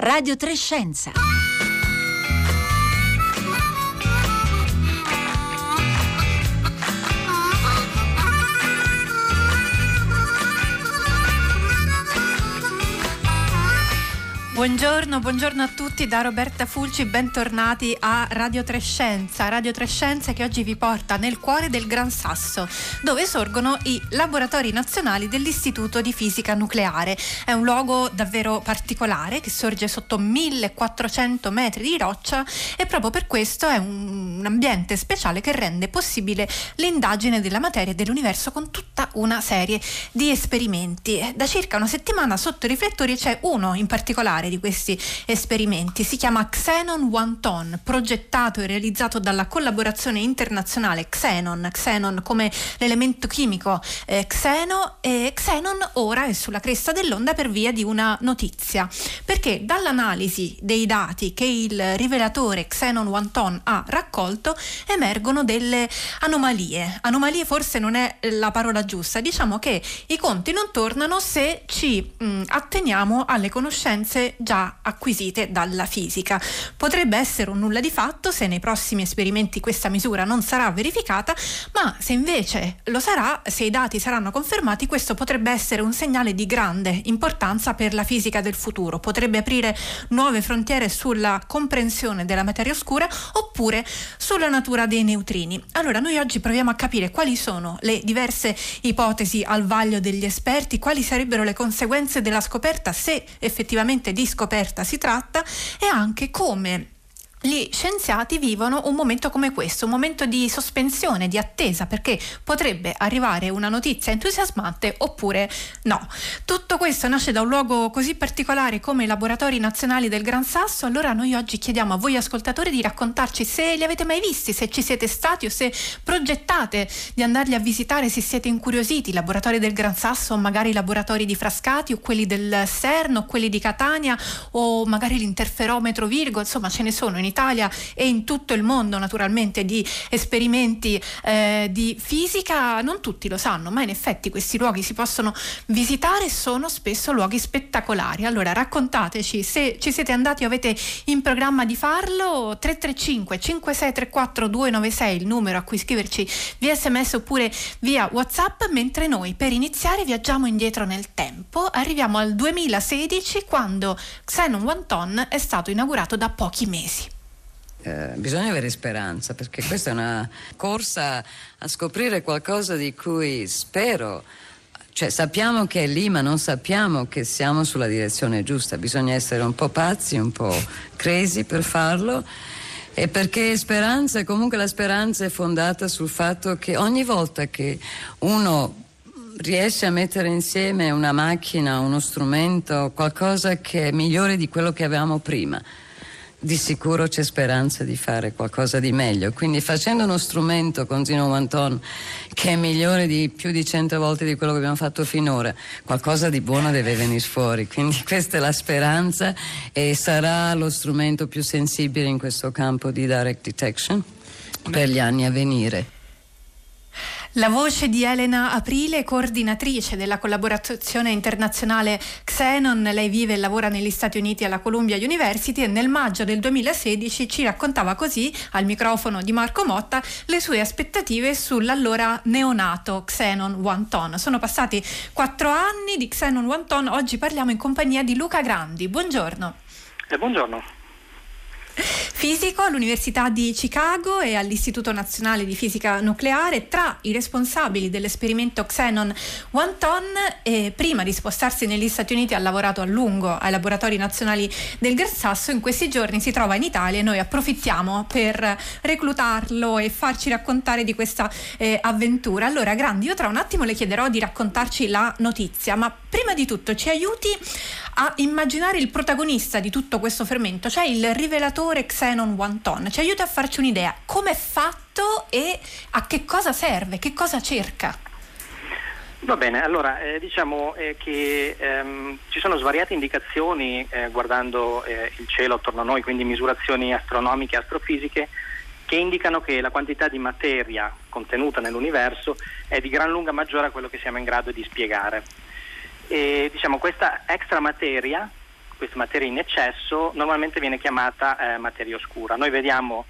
Radio 3 Scienza. Buongiorno a tutti da Roberta Fulci, bentornati a Radio 3 Scienza. Radio 3 Scienza che oggi vi porta nel cuore del Gran Sasso, dove sorgono i laboratori nazionali dell'Istituto di Fisica Nucleare. È un luogo davvero particolare che sorge sotto 1400 metri di roccia e proprio per questo è un ambiente speciale che rende possibile l'indagine della materia e dell'universo con tutta una serie di esperimenti. Da circa una settimana sotto i riflettori c'è uno in particolare di questi esperimenti. Si chiama Xenon One Ton, progettato e realizzato dalla collaborazione internazionale Xenon come l'elemento chimico xeno, e Xenon ora è sulla cresta dell'onda per via di una notizia, perché dall'analisi dei dati che il rivelatore Xenon One Ton ha raccolto emergono delle anomalie forse non è la parola giusta, diciamo che i conti non tornano se ci atteniamo alle conoscenze già acquisite dalla fisica. Potrebbe essere un nulla di fatto se nei prossimi esperimenti questa misura non sarà verificata, ma se invece lo sarà, se i dati saranno confermati, questo potrebbe essere un segnale di grande importanza per la fisica del futuro. Potrebbe aprire nuove frontiere sulla comprensione della materia oscura oppure sulla natura dei neutrini. Allora noi oggi proviamo a capire quali sono le diverse ipotesi al vaglio degli esperti, quali sarebbero le conseguenze della scoperta, se effettivamente di scoperta si tratta, e anche come gli scienziati vivono un momento come questo, un momento di sospensione, di attesa, perché potrebbe arrivare una notizia entusiasmante oppure no. Tutto questo nasce da un luogo così particolare come i laboratori nazionali del Gran Sasso. Allora noi oggi chiediamo a voi ascoltatori di raccontarci se li avete mai visti, se ci siete stati o se progettate di andarli a visitare, se siete incuriositi. I laboratori del Gran Sasso o magari i laboratori di Frascati o quelli del CERN o quelli di Catania o magari l'interferometro Virgo, insomma ce ne sono in Italia e in tutto il mondo naturalmente di esperimenti di fisica. Non tutti lo sanno, ma in effetti questi luoghi si possono visitare, sono spesso luoghi spettacolari. Allora raccontateci se ci siete andati o avete in programma di farlo. 335 5634 296 il numero a cui scriverci via SMS oppure via WhatsApp, mentre noi per iniziare viaggiamo indietro nel tempo. Arriviamo al 2016, quando Xenon One Ton è stato inaugurato da pochi mesi. Bisogna avere speranza, perché questa è una corsa a scoprire qualcosa di cui sappiamo che è lì, ma non sappiamo che siamo sulla direzione giusta. Bisogna essere un po' pazzi, un po' crazy per farlo, e perché speranza, comunque la speranza è fondata sul fatto che ogni volta che uno riesce a mettere insieme una macchina, uno strumento, qualcosa che è migliore di quello che avevamo prima, di sicuro c'è speranza di fare qualcosa di meglio. Quindi facendo uno strumento con Xenon One Ton che è migliore di più di 100 volte di quello che abbiamo fatto finora, qualcosa di buono deve venire fuori. Quindi questa è la speranza, e sarà lo strumento più sensibile in questo campo di direct detection per gli anni a venire. La voce di Elena Aprile, coordinatrice della collaborazione internazionale Xenon. Lei vive e lavora negli Stati Uniti alla Columbia University e nel maggio del 2016 ci raccontava così, al microfono di Marco Motta, le sue aspettative sull'allora neonato Xenon One Ton. Sono passati 4 anni di Xenon One Ton. Oggi parliamo in compagnia di Luca Grandi. Buongiorno. Buongiorno. Fisico all'Università di Chicago e all'Istituto Nazionale di Fisica Nucleare, tra i responsabili dell'esperimento Xenon One Ton, e prima di spostarsi negli Stati Uniti ha lavorato a lungo ai laboratori nazionali del Gran Sasso. In questi giorni si trova in Italia e noi approfittiamo per reclutarlo e farci raccontare di questa avventura. Allora Grandi, io tra un attimo le chiederò di raccontarci la notizia, ma prima di tutto ci aiuti a immaginare il protagonista di tutto questo fermento, cioè il rivelatore Xenon One Ton. Ci aiuta a farci un'idea, come è fatto e a che cosa serve, che cosa cerca. Va bene, allora diciamo che ci sono svariate indicazioni guardando il cielo attorno a noi, quindi misurazioni astronomiche e astrofisiche, che indicano che la quantità di materia contenuta nell'universo è di gran lunga maggiore a quello che siamo in grado di spiegare. E diciamo questa extra materia questa materia in eccesso normalmente viene chiamata materia oscura. Noi vediamo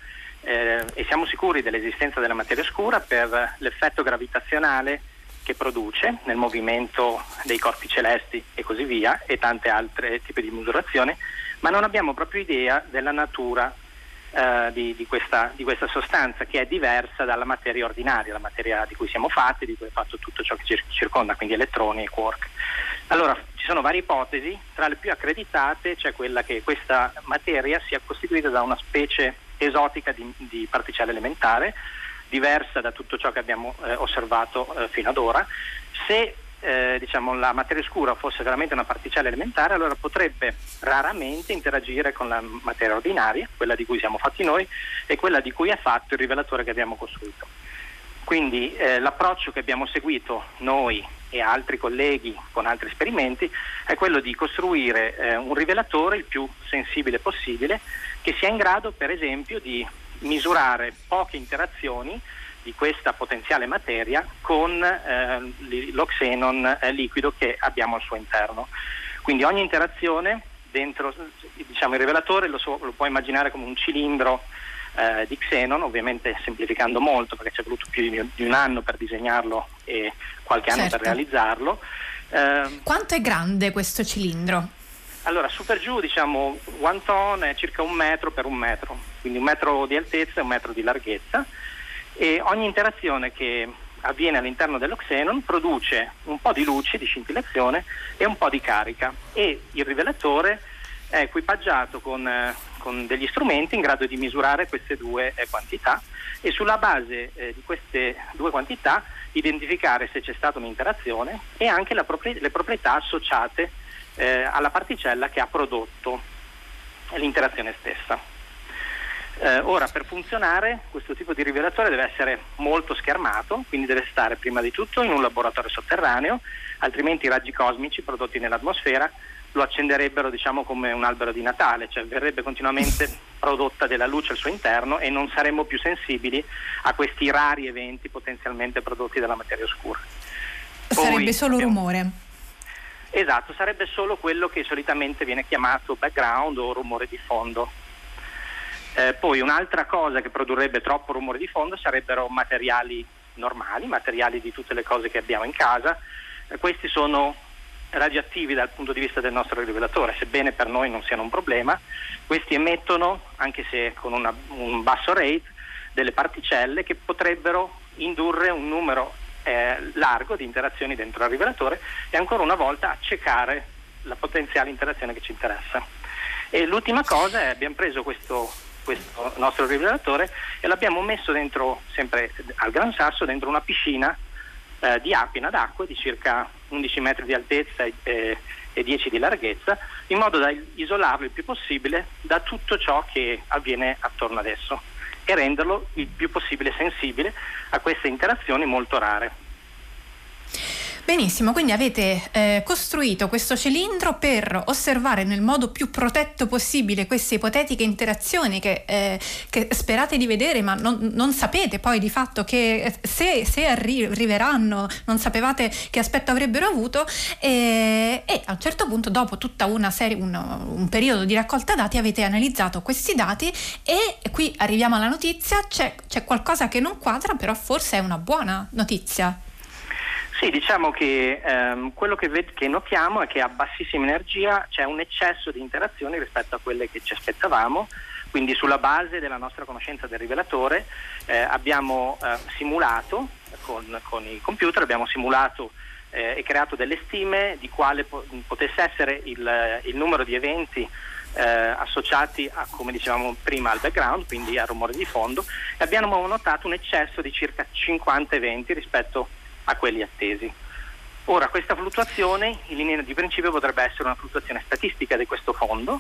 e siamo sicuri dell'esistenza della materia oscura per l'effetto gravitazionale che produce nel movimento dei corpi celesti e così via, e tante altre tipi di misurazione, ma non abbiamo proprio idea della natura di questa sostanza, che è diversa dalla materia ordinaria, la materia di cui siamo fatti, di cui è fatto tutto ciò che ci circonda, quindi elettroni e quark. Allora, ci sono varie ipotesi, tra le più accreditate c'è quella che questa materia sia costituita da una specie esotica di particella elementare, diversa da tutto ciò che abbiamo osservato fino ad ora. Se la materia oscura fosse veramente una particella elementare, allora potrebbe raramente interagire con la materia ordinaria, quella di cui siamo fatti noi e quella di cui è fatto il rivelatore che abbiamo costruito. Quindi l'approccio che abbiamo seguito noi e altri colleghi con altri esperimenti è quello di costruire un rivelatore il più sensibile possibile, che sia in grado, per esempio, di misurare poche interazioni di questa potenziale materia con lo xenon liquido che abbiamo al suo interno. Quindi ogni interazione dentro, il rivelatore lo può immaginare come un cilindro di xenon, ovviamente semplificando molto perché ci è voluto più di un anno per disegnarlo e qualche anno per realizzarlo. Quanto è grande questo cilindro? Allora, su per giù, one ton è circa 1 metro per 1 metro, quindi 1 metro di altezza e 1 metro di larghezza, e ogni interazione che avviene all'interno dello xenon produce un po' di luce, di scintillazione e un po' di carica, e il rivelatore è equipaggiato con degli strumenti in grado di misurare queste due quantità, e sulla base di queste due quantità identificare se c'è stata un'interazione e anche le proprietà associate alla particella che ha prodotto l'interazione stessa. Ora, per funzionare questo tipo di rivelatore deve essere molto schermato, quindi deve stare prima di tutto in un laboratorio sotterraneo, altrimenti i raggi cosmici prodotti nell'atmosfera lo accenderebbero come un albero di Natale, cioè verrebbe continuamente prodotta della luce al suo interno e non saremmo più sensibili a questi rari eventi potenzialmente prodotti dalla materia oscura. Sarebbe solo rumore. Esatto, sarebbe solo quello che solitamente viene chiamato background o rumore di fondo. Poi un'altra cosa che produrrebbe troppo rumore di fondo sarebbero materiali normali, materiali di tutte le cose che abbiamo in casa. Questi sono radioattivi dal punto di vista del nostro rivelatore, sebbene per noi non siano un problema. Questi emettono, anche se con un basso rate, delle particelle che potrebbero indurre un numero largo di interazioni dentro il rivelatore e ancora una volta accecare la potenziale interazione che ci interessa. E l'ultima cosa è: abbiamo preso questo nostro rivelatore e l'abbiamo messo dentro, sempre al Gran Sasso, dentro una piscina piena d'acqua di circa 11 metri di altezza e 10 di larghezza, in modo da isolarlo il più possibile da tutto ciò che avviene attorno ad esso e renderlo il più possibile sensibile a queste interazioni molto rare. Benissimo, quindi avete costruito questo cilindro per osservare nel modo più protetto possibile queste ipotetiche interazioni che sperate di vedere, ma non sapete poi di fatto che se arriveranno, non sapevate che aspetto avrebbero avuto, e a un certo punto, dopo tutta una serie, un periodo di raccolta dati, avete analizzato questi dati e qui arriviamo alla notizia. C'è qualcosa che non quadra, però forse è una buona notizia. Sì, diciamo che quello che notiamo è che a bassissima energia c'è un eccesso di interazioni rispetto a quelle che ci aspettavamo. Quindi, sulla base della nostra conoscenza del rivelatore, abbiamo simulato con i computer, abbiamo simulato e creato delle stime di quale potesse essere il numero di eventi associati a, come dicevamo prima, al background, quindi al rumore di fondo, e abbiamo notato un eccesso di circa 50 eventi rispetto a quelli attesi. Ora, questa fluttuazione in linea di principio potrebbe essere una fluttuazione statistica di questo fondo,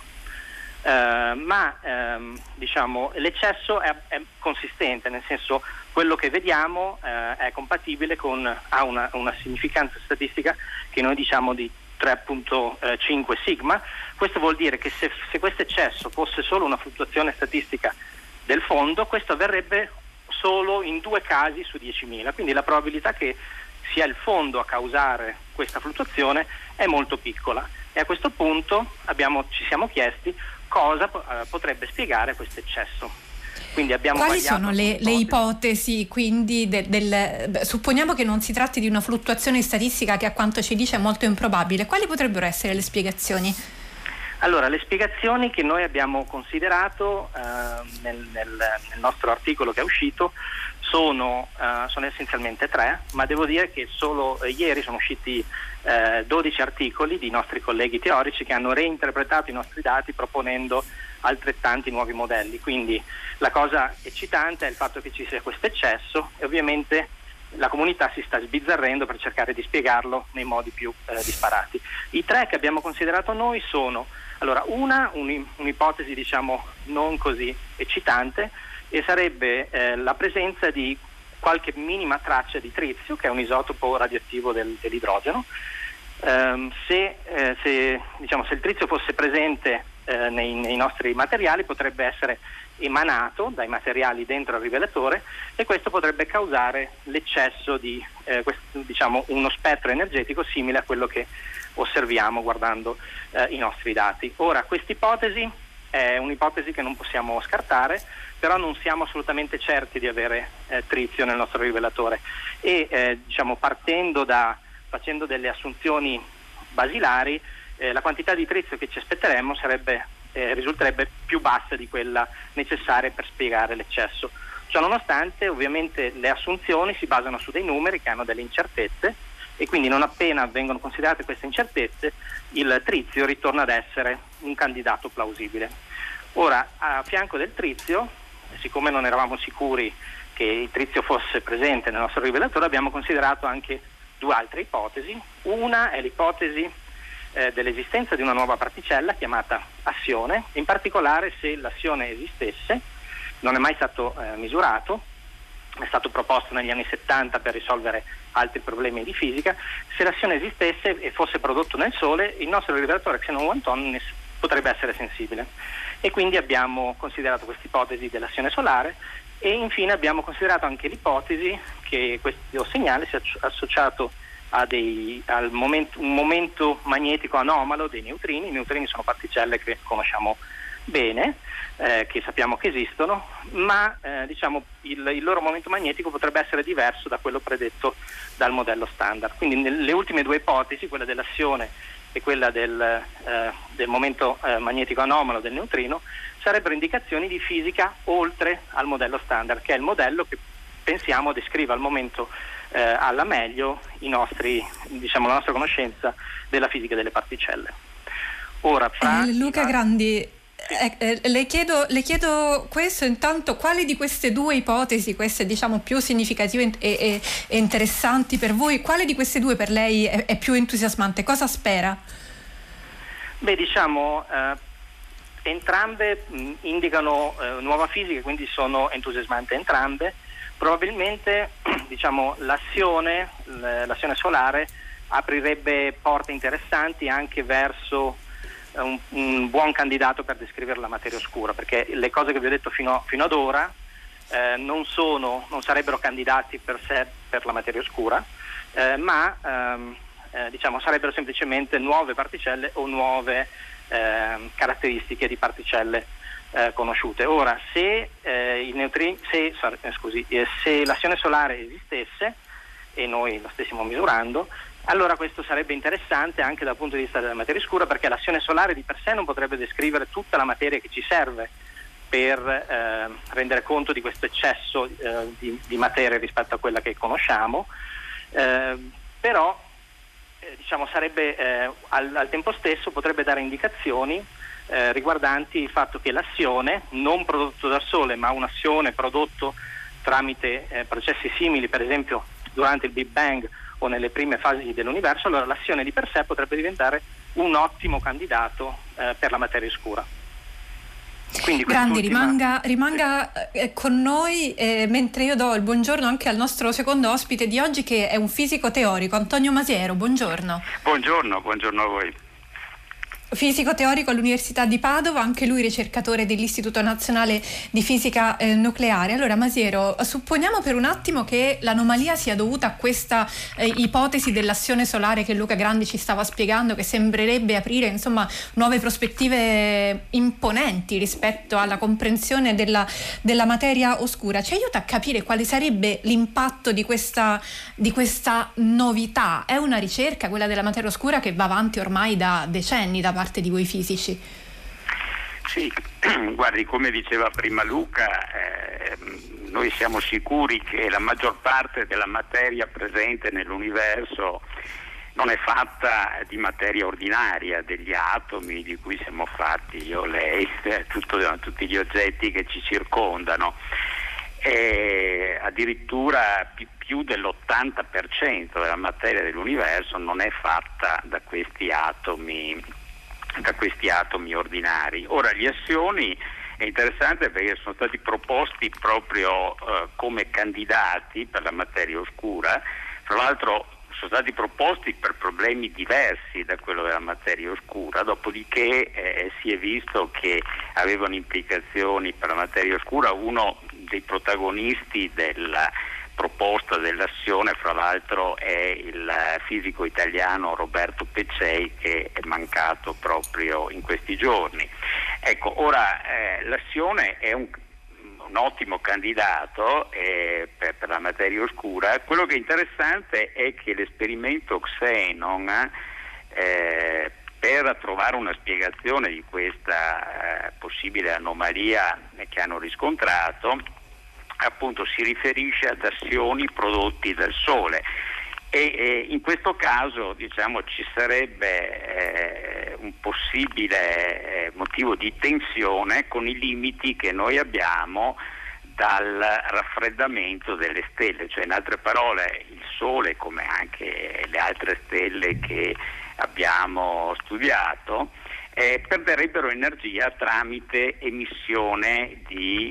ma l'eccesso è consistente, nel senso, quello che vediamo è compatibile ha una significanza statistica che noi diciamo di 3.5 sigma. Questo vuol dire che se questo eccesso fosse solo una fluttuazione statistica del fondo, questo avverrebbe solo in 2 casi su 10.000, quindi la probabilità che sia il fondo a causare questa fluttuazione è molto piccola. E a questo punto ci siamo chiesti cosa potrebbe spiegare questo eccesso. Quindi abbiamo Quali sono le ipotesi quindi supponiamo che non si tratti di una fluttuazione statistica che a quanto ci dice è molto improbabile, quali potrebbero essere le spiegazioni? Allora, le spiegazioni che noi abbiamo considerato nel nostro articolo che è uscito sono essenzialmente 3, ma devo dire che solo ieri sono usciti 12 articoli di nostri colleghi teorici che hanno reinterpretato i nostri dati proponendo altrettanti nuovi modelli. Quindi la cosa eccitante è il fatto che ci sia questo eccesso e ovviamente la comunità si sta sbizzarrendo per cercare di spiegarlo nei modi più disparati. I 3 che abbiamo considerato noi sono, allora, un'ipotesi diciamo non così eccitante, e sarebbe la presenza di qualche minima traccia di trizio, che è un isotopo radioattivo dell'idrogeno. Se il trizio fosse presente nei nostri materiali, potrebbe essere emanato dai materiali dentro al rivelatore, e questo potrebbe causare l'eccesso di uno spettro energetico simile a quello che osserviamo guardando i nostri dati. Ora, questa ipotesi è un'ipotesi che non possiamo scartare, però non siamo assolutamente certi di avere trizio nel nostro rivelatore e facendo delle assunzioni basilari, la quantità di trizio che ci aspetteremmo risulterebbe più bassa di quella necessaria per spiegare l'eccesso. Ciononostante, ovviamente le assunzioni si basano su dei numeri che hanno delle incertezze, e quindi non appena vengono considerate queste incertezze il trizio ritorna ad essere un candidato plausibile. Ora, a fianco del trizio, siccome non eravamo sicuri che il trizio fosse presente nel nostro rivelatore, abbiamo considerato anche 2 altre ipotesi. Una è l'ipotesi dell'esistenza di una nuova particella chiamata assione, in particolare se l'assione esistesse, non è mai stato misurato, è stato proposto negli anni 70 per risolvere altri problemi di fisica. Se l'assione esistesse e fosse prodotto nel Sole, il nostro rivelatore Xenon 1 potrebbe essere sensibile, e quindi abbiamo considerato questa ipotesi dell'assione solare. E infine abbiamo considerato anche l'ipotesi che questo segnale sia associato a un momento magnetico anomalo dei neutrini. I neutrini sono particelle che conosciamo bene, che sappiamo che esistono, ma il loro momento magnetico potrebbe essere diverso da quello predetto dal modello standard. Quindi nelle ultime 2 ipotesi, quella dell'assione e quella del momento magnetico anomalo del neutrino, sarebbero indicazioni di fisica oltre al modello standard, che è il modello che pensiamo descriva al momento alla meglio la nostra conoscenza della fisica delle particelle. Ora, Luca Grandi, le chiedo questo intanto: quali di queste 2 ipotesi, queste più significative e interessanti per voi, quale di queste 2 per lei è più entusiasmante? Cosa spera? Entrambe indicano nuova fisica, quindi sono entusiasmanti entrambe. Probabilmente l'azione solare aprirebbe porte interessanti anche verso un buon candidato per descrivere la materia oscura, perché le cose che vi ho detto fino ad ora non sarebbero candidati per sé per la materia oscura, ma sarebbero semplicemente nuove particelle o nuove caratteristiche di particelle conosciute. Ora, se l'azione solare esistesse e noi la stessimo misurando, allora questo sarebbe interessante anche dal punto di vista della materia oscura, perché l'azione solare di per sé non potrebbe descrivere tutta la materia che ci serve per rendere conto di questo eccesso di materia rispetto a quella che conosciamo, però sarebbe al tempo stesso potrebbe dare indicazioni riguardanti il fatto che l'assione, non prodotto dal Sole, ma un assione prodotto tramite processi simili, per esempio durante il Big Bang o nelle prime fasi dell'universo, allora l'assione di per sé potrebbe diventare un ottimo candidato per la materia oscura. Quindi Grandi, rimanga con noi mentre io do il buongiorno anche al nostro secondo ospite di oggi, che è un fisico teorico, Antonio Masiero. Buongiorno. Buongiorno a voi. fisico teorico all'Università di Padova, anche lui ricercatore dell'Istituto Nazionale di Fisica Nucleare. Allora Masiero, supponiamo per un attimo che l'anomalia sia dovuta a questa ipotesi dell'azione solare che Luca Grandi ci stava spiegando, che sembrerebbe aprire insomma nuove prospettive imponenti rispetto alla comprensione della materia oscura. Ci aiuta a capire quale sarebbe l'impatto di questa novità? È una ricerca, quella della materia oscura, che va avanti ormai da decenni da parte di voi fisici. Sì, guardi, come diceva prima Luca, noi siamo sicuri che la maggior parte della materia presente nell'universo non è fatta di materia ordinaria, degli atomi di cui siamo fatti io, lei, tutti gli oggetti che ci circondano. E addirittura più dell'80% della materia dell'universo non è fatta da questi atomi ordinari. Ora, gli assioni è interessante perché sono stati proposti proprio come candidati per la materia oscura. Tra l'altro sono stati proposti per problemi diversi da quello della materia oscura, dopodiché si è visto che avevano implicazioni per la materia oscura. Uno dei protagonisti della proposta dell'azione, fra l'altro, è il fisico italiano Roberto Peccei, che è mancato proprio in questi giorni. Ecco, ora l'azione è un ottimo candidato per la materia oscura. Quello che è interessante è che l'esperimento Xenon, per trovare una spiegazione di questa possibile anomalia che hanno riscontrato, appunto si riferisce ad azioni prodotti dal Sole, e in questo caso, diciamo, ci sarebbe un possibile motivo di tensione con i limiti che noi abbiamo dal raffreddamento delle stelle, cioè in altre parole il Sole, come anche le altre stelle che abbiamo studiato, perderebbero energia tramite emissione di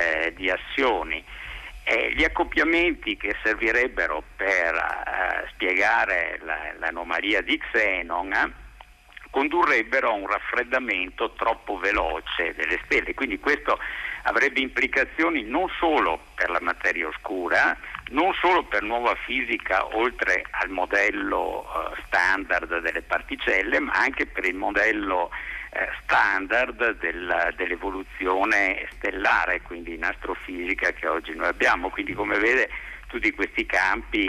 azioni. Gli accoppiamenti che servirebbero per spiegare l'anomalia di Xenon condurrebbero a un raffreddamento troppo veloce delle stelle, quindi questo avrebbe implicazioni non solo per la materia oscura, non solo per nuova fisica oltre al modello standard delle particelle, ma anche per il modello standard dell'evoluzione stellare, quindi in astrofisica, che oggi noi abbiamo. Quindi, come vede, tutti questi campi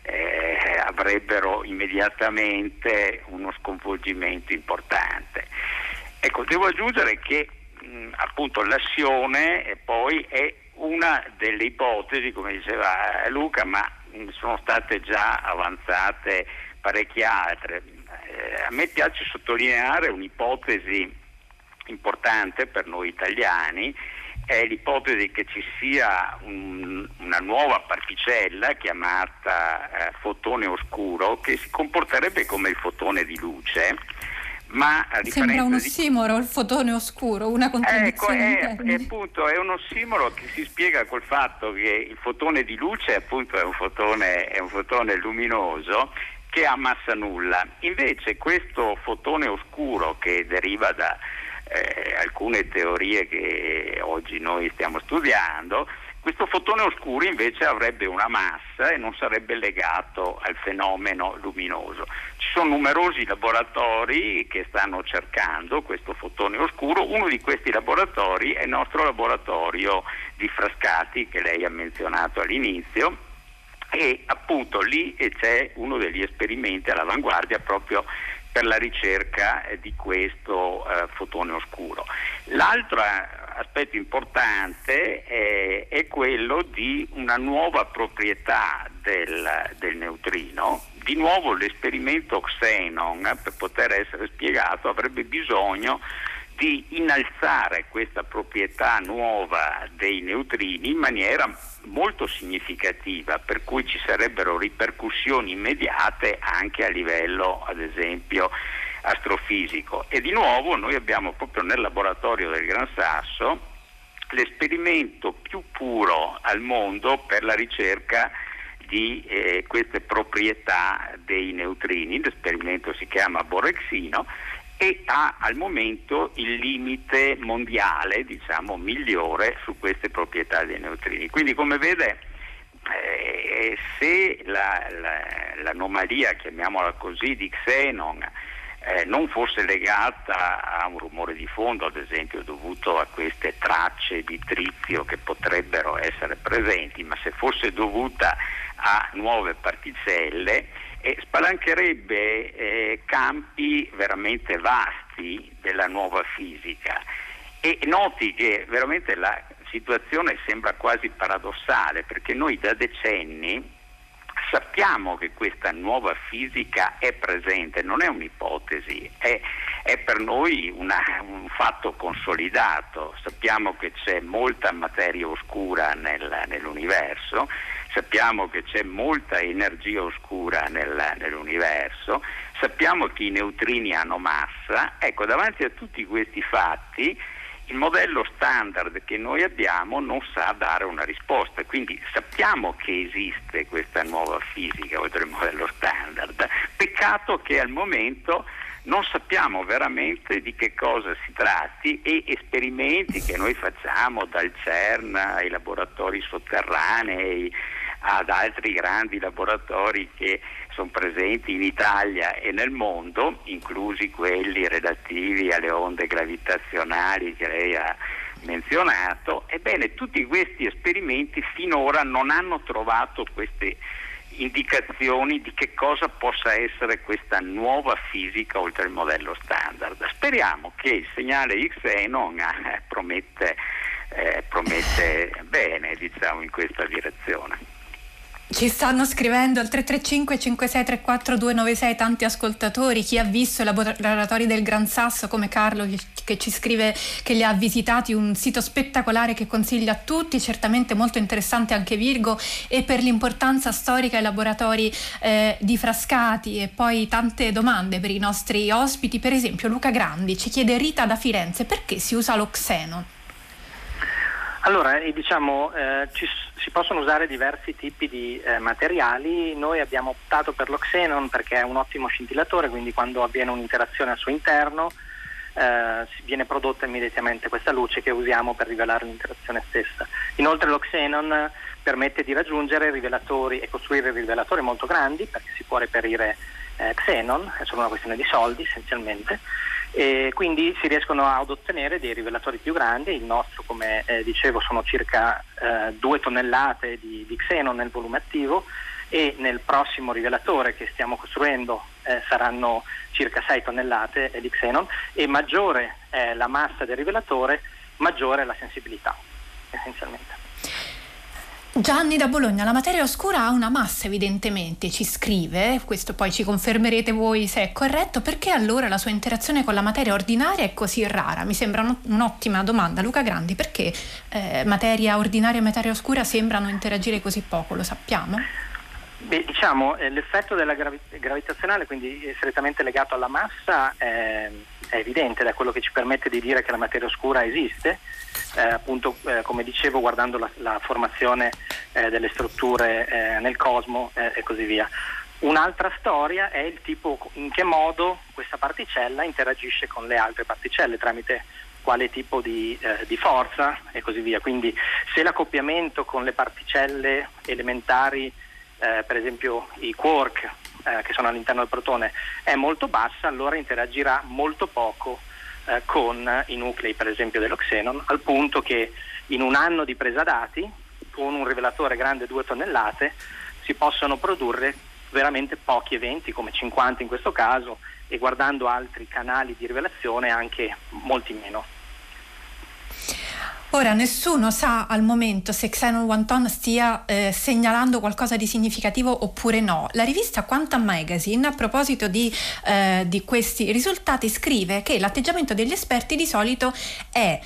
avrebbero immediatamente uno sconvolgimento importante. Ecco, devo aggiungere che appunto l'azione poi è una delle ipotesi, come diceva Luca, ma sono state già avanzate parecchie altre. A me piace sottolineare un'ipotesi importante per noi italiani, è l'ipotesi che ci sia una nuova particella chiamata fotone oscuro, che si comporterebbe come il fotone di luce, ma a differenza sembra un ossimoro il fotone oscuro, una contraddizione. Ecco, appunto è un ossimoro che si spiega col fatto che il fotone di luce appunto è un fotone luminoso che ha massa nulla. Invece questo fotone oscuro, che deriva da alcune teorie che oggi noi stiamo studiando, questo fotone oscuro invece avrebbe una massa e non sarebbe legato al fenomeno luminoso. Ci sono numerosi laboratori che stanno cercando questo fotone oscuro. Uno di questi laboratori è il nostro laboratorio di Frascati, che lei ha menzionato all'inizio, e appunto lì c'è uno degli esperimenti all'avanguardia proprio per la ricerca di questo fotone oscuro. L'altro aspetto importante è quello di una nuova proprietà del neutrino. Di nuovo l'esperimento Xenon, per poter essere spiegato, avrebbe bisogno di innalzare questa proprietà nuova dei neutrini in maniera molto significativa, per cui ci sarebbero ripercussioni immediate anche a livello, ad esempio, astrofisico. E di nuovo noi abbiamo proprio nel laboratorio del Gran Sasso l'esperimento più puro al mondo per la ricerca di queste proprietà dei neutrini. L'esperimento si chiama Borexino e ha al momento il limite mondiale, diciamo, migliore su queste proprietà dei neutrini. Quindi, come vede, se l'anomalia, chiamiamola così, di Xenon non fosse legata a un rumore di fondo, ad esempio dovuto a queste tracce di trizio che potrebbero essere presenti, ma se fosse dovuta a nuove particelle, spalancherebbe campi veramente vasti della nuova fisica. E noti che veramente la situazione sembra quasi paradossale, perché noi da decenni sappiamo che questa nuova fisica è presente, non è un'ipotesi, è per noi un fatto consolidato. Sappiamo che c'è molta materia oscura nell'universo, sappiamo che c'è molta energia oscura nell'universo, sappiamo che i neutrini hanno massa. Ecco, davanti a tutti questi fatti il modello standard che noi abbiamo non sa dare una risposta, quindi sappiamo che esiste questa nuova fisica oltre il modello standard, peccato che al momento non sappiamo veramente di che cosa si tratti, e esperimenti che noi facciamo dal CERN ai laboratori sotterranei ad altri grandi laboratori che sono presenti in Italia e nel mondo, inclusi quelli relativi alle onde gravitazionali che lei ha menzionato, ebbene tutti questi esperimenti finora non hanno trovato queste indicazioni di che cosa possa essere questa nuova fisica oltre il modello standard. Speriamo che il segnale Xenon promette bene, diciamo, in questa direzione. Ci stanno scrivendo al 335 5634 296 tanti ascoltatori, chi ha visto i laboratori del Gran Sasso, come Carlo che ci scrive che li ha visitati, un sito spettacolare che consiglia a tutti, certamente molto interessante anche Virgo, e per l'importanza storica ai laboratori di Frascati. E poi tante domande per i nostri ospiti, per esempio Luca Grandi ci chiede: Rita da Firenze, perché si usa lo Xenon? Allora, diciamo, si possono usare diversi tipi di materiali. Noi abbiamo optato per lo Xenon perché è un ottimo scintillatore, quindi quando avviene un'interazione al suo interno viene prodotta immediatamente questa luce che usiamo per rivelare l'interazione stessa. Inoltre lo Xenon permette di raggiungere rivelatori e costruire rivelatori molto grandi, perché si può reperire Xenon, è solo una questione di soldi essenzialmente, e quindi si riescono ad ottenere dei rivelatori più grandi. Il nostro, come dicevo, sono circa 2 tonnellate di Xenon nel volume attivo, e nel prossimo rivelatore che stiamo costruendo saranno circa 6 tonnellate di Xenon, e maggiore è la massa del rivelatore, maggiore è la sensibilità essenzialmente. Gianni da Bologna: la materia oscura ha una massa evidentemente, ci scrive, questo poi ci confermerete voi se è corretto, perché allora la sua interazione con la materia ordinaria è così rara? Mi sembra un'ottima domanda. Luca Grandi, perché materia ordinaria e materia oscura sembrano interagire così poco, lo sappiamo? Beh, diciamo, l'effetto della gravitazionale, quindi strettamente legato alla massa, è evidente, da quello che ci permette di dire che la materia oscura esiste, appunto come dicevo, guardando la formazione delle strutture nel cosmo e così via. Un'altra storia è il tipo, in che modo questa particella interagisce con le altre particelle, tramite quale tipo di forza e così via. Quindi se l'accoppiamento con le particelle elementari, per esempio i quark che sono all'interno del protone, è molto bassa, allora interagirà molto poco con i nuclei, per esempio dello Xenon, al punto che in un anno di presa dati, con un rivelatore grande 2 tonnellate, si possono produrre veramente pochi eventi, come 50 in questo caso, e guardando altri canali di rivelazione anche molti meno. Ora, nessuno sa al momento se Xenon Wanton stia segnalando qualcosa di significativo oppure no. La rivista Quantum Magazine, a proposito di questi risultati, scrive che l'atteggiamento degli esperti di solito è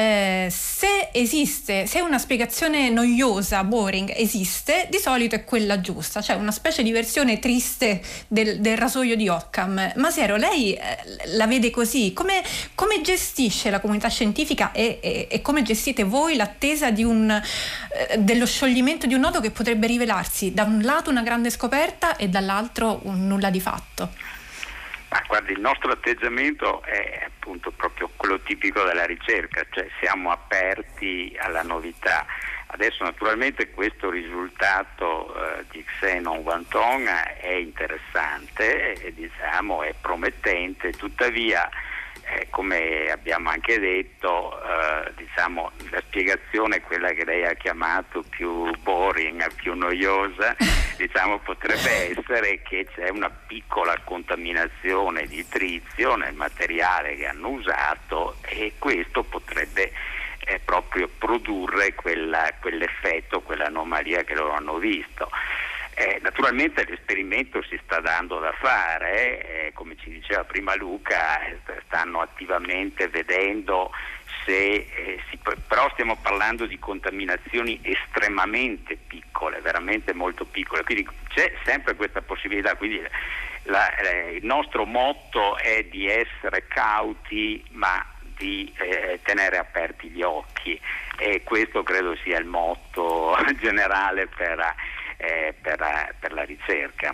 se una spiegazione noiosa, boring, esiste, di solito è quella giusta, cioè una specie di versione triste del rasoio di Occam. Masiero, lei la vede così? Come gestisce la comunità scientifica e come gestite voi l'attesa dello scioglimento di un nodo che potrebbe rivelarsi da un lato una grande scoperta e dall'altro un nulla di fatto? Ma guardi, il nostro atteggiamento è appunto proprio quello tipico della ricerca, cioè siamo aperti alla novità. Adesso naturalmente questo risultato di Xenon Wanton è interessante e diciamo è promettente, tuttavia come abbiamo anche detto, diciamo la spiegazione, quella che lei ha chiamato più boring, più noiosa, diciamo potrebbe essere che c'è una piccola contaminazione di trizio nel materiale che hanno usato e questo potrebbe proprio produrre quell'effetto, quell'anomalia che loro hanno visto. Naturalmente l'esperimento si sta dando da fare, come ci diceva prima Luca, stanno attivamente vedendo se però stiamo parlando di contaminazioni estremamente piccole, veramente molto piccole, quindi c'è sempre questa possibilità, quindi il nostro motto è di essere cauti ma di tenere aperti gli occhi e questo credo sia il motto generale per la ricerca.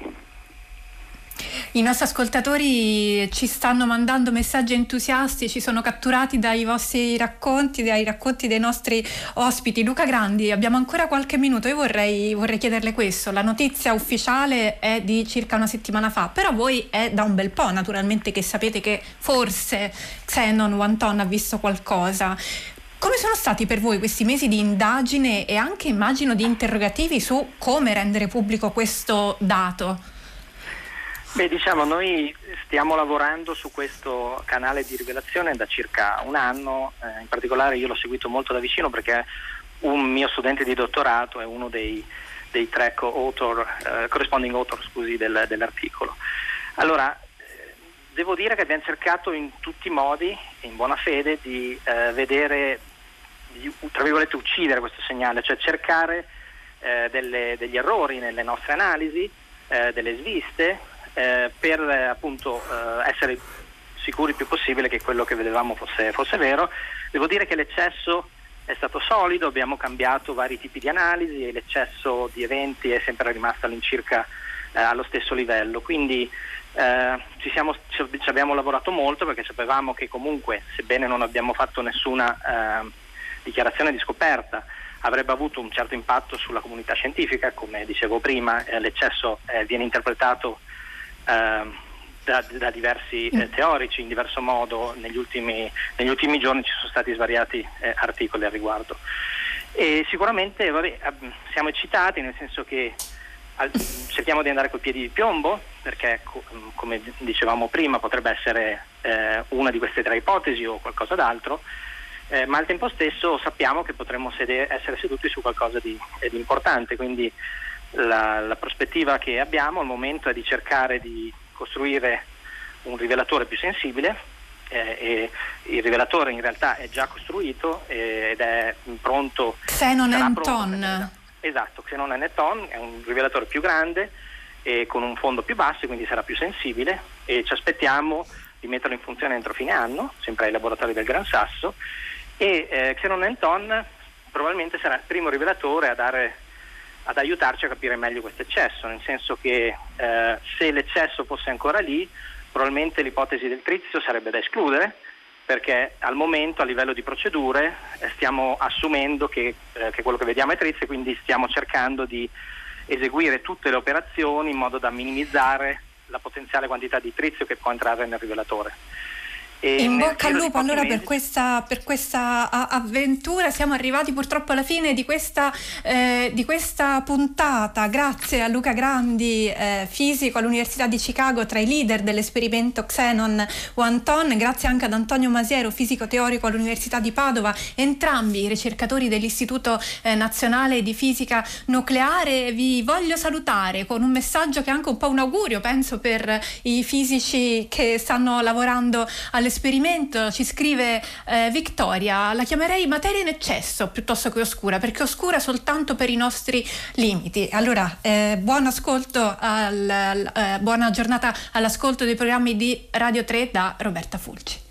I nostri ascoltatori ci stanno mandando messaggi entusiasti, ci sono catturati dai vostri racconti, dai racconti dei nostri ospiti. Luca Grandi, abbiamo ancora qualche minuto, io vorrei chiederle questo. La notizia ufficiale è di circa una settimana fa, però voi è da un bel po' naturalmente che sapete che forse Xenon Wanton ha visto qualcosa. Come sono stati per voi questi mesi di indagine e anche immagino di interrogativi su come rendere pubblico questo dato? Beh, diciamo, noi stiamo lavorando su questo canale di rivelazione da circa un anno, in particolare io l'ho seguito molto da vicino perché un mio studente di dottorato è uno dei tre corresponding author dell'articolo. Allora, devo dire che abbiamo cercato in tutti i modi, in buona fede, di vedere, tra virgolette, uccidere questo segnale, cioè cercare degli errori nelle nostre analisi, delle sviste, per appunto essere sicuri il più possibile che quello che vedevamo fosse vero. Devo dire che l'eccesso è stato solido, abbiamo cambiato vari tipi di analisi e l'eccesso di eventi è sempre rimasto all'incirca allo stesso livello, quindi ci abbiamo lavorato molto perché sapevamo che comunque, sebbene non abbiamo fatto nessuna dichiarazione di scoperta, avrebbe avuto un certo impatto sulla comunità scientifica. Come dicevo prima, l'eccesso viene interpretato da diversi teorici in diverso modo. Negli ultimi giorni ci sono stati svariati articoli al riguardo e sicuramente siamo eccitati, nel senso che cerchiamo di andare col piede di piombo perché come dicevamo prima potrebbe essere una di queste tre ipotesi o qualcosa d'altro, ma al tempo stesso sappiamo che potremmo essere seduti su qualcosa di importante, quindi la prospettiva che abbiamo al momento è di cercare di costruire un rivelatore più sensibile e il rivelatore in realtà è già costruito ed è pronto. Xenon Wanton. Esatto, Xenon Wanton è un rivelatore più grande e con un fondo più basso, quindi sarà più sensibile e ci aspettiamo di metterlo in funzione entro fine anno, sempre ai laboratori del Gran Sasso, e Xenon Wanton probabilmente sarà il primo rivelatore ad aiutarci a capire meglio questo eccesso, nel senso che se l'eccesso fosse ancora lì, probabilmente l'ipotesi del trizio sarebbe da escludere, perché al momento a livello di procedure stiamo assumendo che quello che vediamo è trizio, quindi stiamo cercando di eseguire tutte le operazioni in modo da minimizzare la potenziale quantità di trizio che può entrare nel rivelatore. In bocca al lupo allora per questa avventura. Siamo arrivati purtroppo alla fine di questa puntata. Grazie a Luca Grandi, fisico all'Università di Chicago, tra i leader dell'esperimento Xenon Wanton. Grazie anche ad Antonio Masiero, fisico teorico all'Università di Padova, entrambi ricercatori dell'Istituto Nazionale di Fisica Nucleare. Vi voglio salutare con un messaggio che è anche un po' un augurio, penso, per i fisici che stanno lavorando all'esperimento. Ci scrive Vittoria: la chiamerei materia in eccesso piuttosto che oscura, perché oscura soltanto per i nostri limiti. Allora buon ascolto, buona giornata all'ascolto dei programmi di Radio 3 da Roberta Fulci.